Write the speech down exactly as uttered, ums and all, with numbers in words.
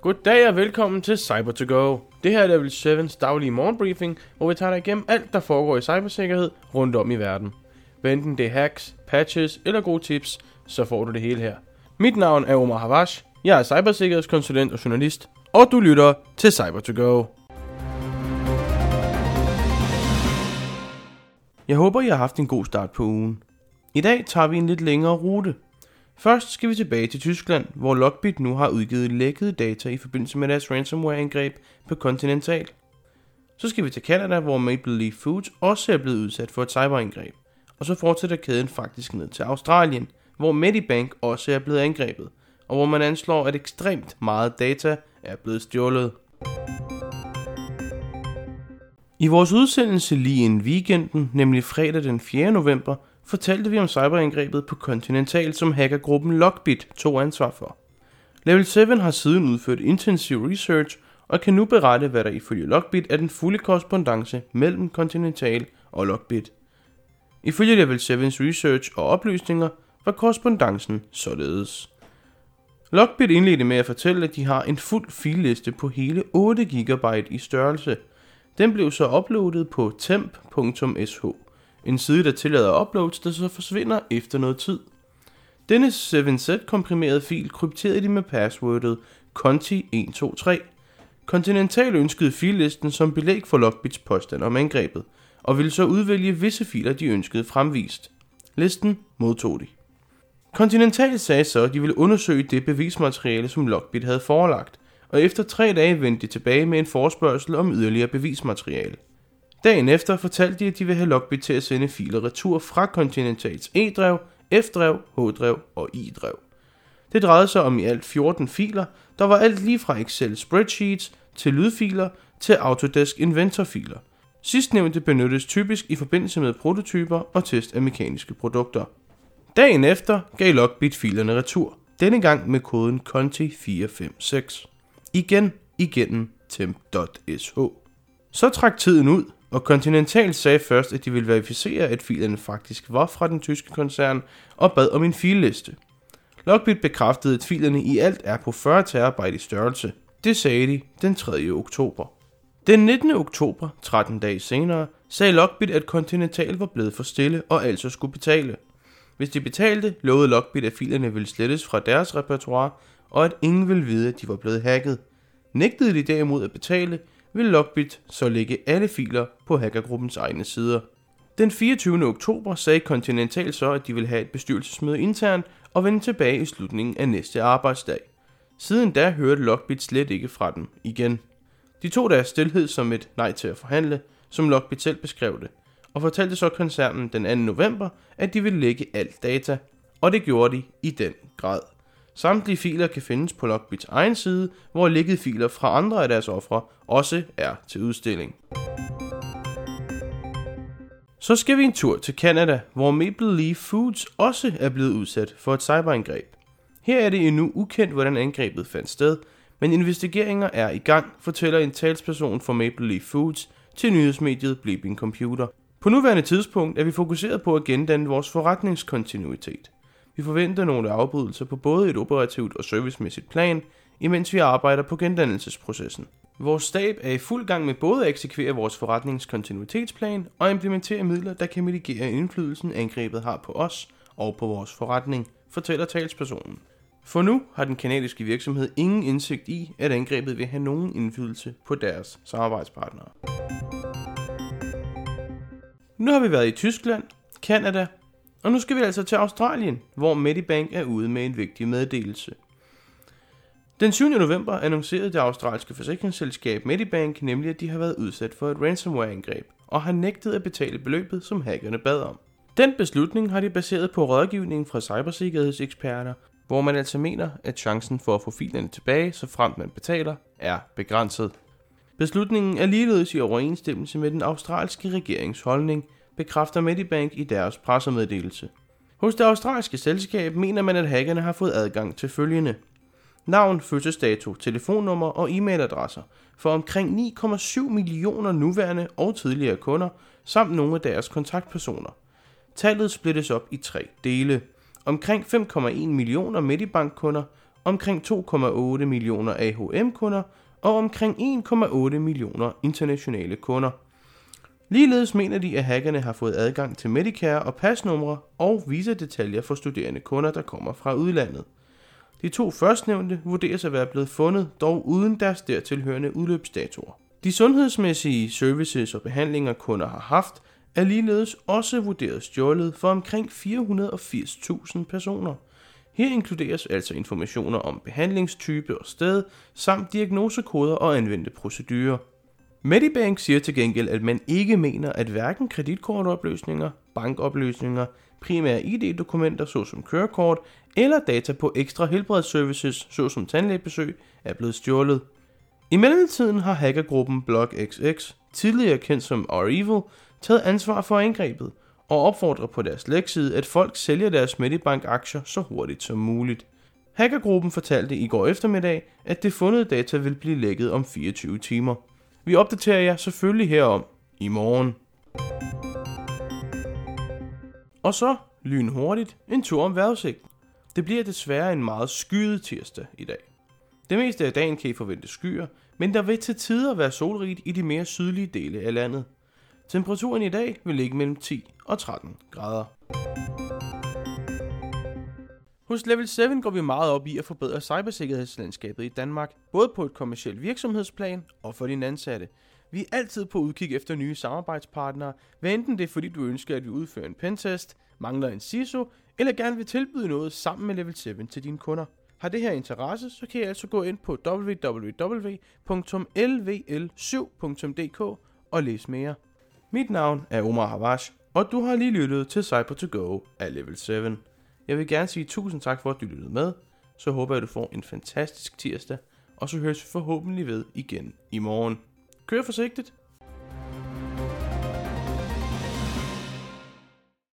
Goddag og velkommen til Cyber to Go. Det her er Level syv's daglige morgenbriefing, hvor vi tager dig igennem alt, der foregår i cybersikkerhed rundt om i verden. Hvad enten det er hacks, patches eller gode tips, så får du det hele her. Mit navn er Omar Havash, jeg er cybersikkerhedskonsulent og journalist, og du lytter til Cyber to Go. Jeg håber, I har haft en god start på ugen. I dag tager vi en lidt længere rute. Først skal vi tilbage til Tyskland, hvor Lockbit nu har udgivet lækkede data i forbindelse med deres ransomware-angreb på Continental. Så skal vi til Canada, hvor Maple Leaf Foods også er blevet udsat for et cyberangreb. Og så fortsætter kæden faktisk ned til Australien, hvor Medibank også er blevet angrebet, og hvor man anslår, at ekstremt meget data er blevet stjålet. I vores udsendelse lige inden weekenden, nemlig fredag den fjerde november, fortalte vi om cyberangrebet på Continental, som hackergruppen Lockbit tog ansvar for. Level syv har siden udført intensiv research og kan nu berette, hvad der ifølge Lockbit er den fulde korrespondance mellem Continental og Lockbit. Ifølge Level syv's research og oplysninger var korrespondancen således. Lockbit indledte med at fortælle, at de har en fuld filliste på hele otte gigabyte i størrelse. Den blev så uploadet på temp punktum sh. En side, der tillader uploads, der så forsvinder efter noget tid. Denne syv z komprimerede fil krypterede de med passwordet conti et to tre. Continental ønskede fillisten som belæg for Lockbits påstand om angrebet, og ville så udvælge visse filer, de ønskede fremvist. Listen modtog de. Continental sagde så, at de ville undersøge det bevismateriale, som Lockbit havde forelagt, og efter tre dage vendte de tilbage med en forespørgsel om yderligere bevismateriale. Dagen efter fortalte de, at de ville have Lockbit til at sende filer retur fra Continentals E-drev, F-drev, H-drev og I-drev. Det drejede sig om i alt fjorten filer, der var alt lige fra Excel spreadsheets til lydfiler til Autodesk Inventor-filer. Sidstnævnte benyttes typisk i forbindelse med prototyper og test af mekaniske produkter. Dagen efter gav Lockbit filerne retur, denne gang med koden conti fire fem seks. Igen igennem temp punktum sh. Så trak tiden ud, og Continental sagde først, at de ville verificere, at filerne faktisk var fra den tyske koncern, og bad om en filliste. Lockbit bekræftede, at filerne i alt er på fyrre terabyte i størrelse. Det sagde de den tredje oktober. Den nittende oktober, tretten dage senere, sagde Lockbit, at Continental var blevet for stille og altså skulle betale. Hvis de betalte, lovede Lockbit, at filerne ville slettes fra deres repertoire, og at ingen ville vide, at de var blevet hacket. Nægtede de derimod at betale, vil Lockbit så lægge alle filer på hackergruppens egne sider. Den fireogtyvende oktober sagde Continental så, at de ville have et bestyrelsesmøde internt og vende tilbage i slutningen af næste arbejdsdag. Siden da hørte Lockbit slet ikke fra dem igen. De tog deres stilhed som et nej til at forhandle, som Lockbit selv beskrev det, og fortalte så koncernen den anden november, at de ville lægge alt data, og det gjorde de i den grad. Samtlige filer kan findes på Lockbits egen side, hvor lækkede filer fra andre af deres ofre også er til udstilling. Så skal vi en tur til Canada, hvor Maple Leaf Foods også er blevet udsat for et cyberangreb. Her er det endnu ukendt, hvordan angrebet fandt sted, men investigeringer er i gang, fortæller en talsperson for Maple Leaf Foods til nyhedsmediet Bleeping Computer. På nuværende tidspunkt er vi fokuseret på at gendanne vores forretningskontinuitet. Vi forventer nogle afbrydelser på både et operativt og servicemæssigt plan, imens vi arbejder på gendannelsesprocessen. Vores stab er i fuld gang med både at eksekvere vores forretningskontinuitetsplan og implementere midler, der kan mitigere indflydelsen angrebet har på os og på vores forretning, fortæller talspersonen. For nu har den canadiske virksomhed ingen indsigt i, at angrebet vil have nogen indflydelse på deres samarbejdspartnere. Nu har vi været i Tyskland, Canada, og nu skal vi altså til Australien, hvor Medibank er ude med en vigtig meddelelse. Den syvende november annoncerede det australske forsikringsselskab Medibank nemlig, at de har været udsat for et ransomware-angreb og har nægtet at betale beløbet, som hackerne bad om. Den beslutning har de baseret på rådgivning fra cybersikkerhedseksperter, hvor man altså mener, at chancen for at få filerne tilbage, så fremt man betaler, er begrænset. Beslutningen er ligeledes i overensstemmelse med den australske regerings holdning, bekræfter Medibank i deres pressemeddelelse. Hos det australske selskab mener man, at hackerne har fået adgang til følgende: navn, fødselsdato, telefonnummer og e-mailadresser for omkring ni komma syv millioner nuværende og tidligere kunder, samt nogle af deres kontaktpersoner. Tallet splittes op i tre dele. Omkring fem komma en millioner Medibank-kunder omkring to komma otte millioner A H M-kunder og omkring en komma otte millioner internationale kunder. Ligeledes mener de, at hackerne har fået adgang til Medicare og pasnumre og visadetaljer for studerende kunder, der kommer fra udlandet. De to førstnævnte vurderes at være blevet fundet, dog uden deres dertilhørende udløbsdatoer. De sundhedsmæssige services og behandlinger, kunder har haft, er ligeledes også vurderet stjålet for omkring fire hundrede og firs tusind personer. Her inkluderes altså informationer om behandlingstype og sted, samt diagnosekoder og anvendte procedurer. Medibank siger til gengæld, at man ikke mener, at hverken kreditkortopløsninger, bankopløsninger, primære I D-dokumenter såsom kørekort eller data på ekstra helbredsservices såsom tandlægebesøg er blevet stjålet. I mellemtiden har hackergruppen BlockXX, tidligere kendt som REvil, taget ansvar for angrebet og opfordrer på deres lækside, at folk sælger deres Medibank-aktier så hurtigt som muligt. Hackergruppen fortalte i går eftermiddag, at det fundne data vil blive lækket om fireogtyve timer. Vi opdaterer jer selvfølgelig herom i morgen. Og så lynhurtigt en tur om vejrudsigten. Det bliver desværre en meget skyet tirsdag i dag. Det meste af dagen kan I forvente skyer, men der vil til tider være solrigt i de mere sydlige dele af landet. Temperaturen i dag vil ligge mellem ti og tretten grader. Hos Level syv går vi meget op i at forbedre cybersikkerhedslandskabet i Danmark, både på et kommercielt virksomhedsplan og for dine ansatte. Vi er altid på udkig efter nye samarbejdspartnere, hvad enten det er fordi du ønsker at vi udfører en pentest, mangler en C I S O, eller gerne vil tilbyde noget sammen med Level syv til dine kunder. Har det her interesse, så kan I altså gå ind på w w w punktum l v l syv punktum d k og læse mere. Mit navn er Omar Havash, og du har lige lyttet til Cyber to Go af Level syv. Jeg vil gerne sige tusind tak for, at du lyttede med. Så håber jeg, at du får en fantastisk tirsdag, og så høres vi forhåbentlig ved igen i morgen. Kør forsigtigt!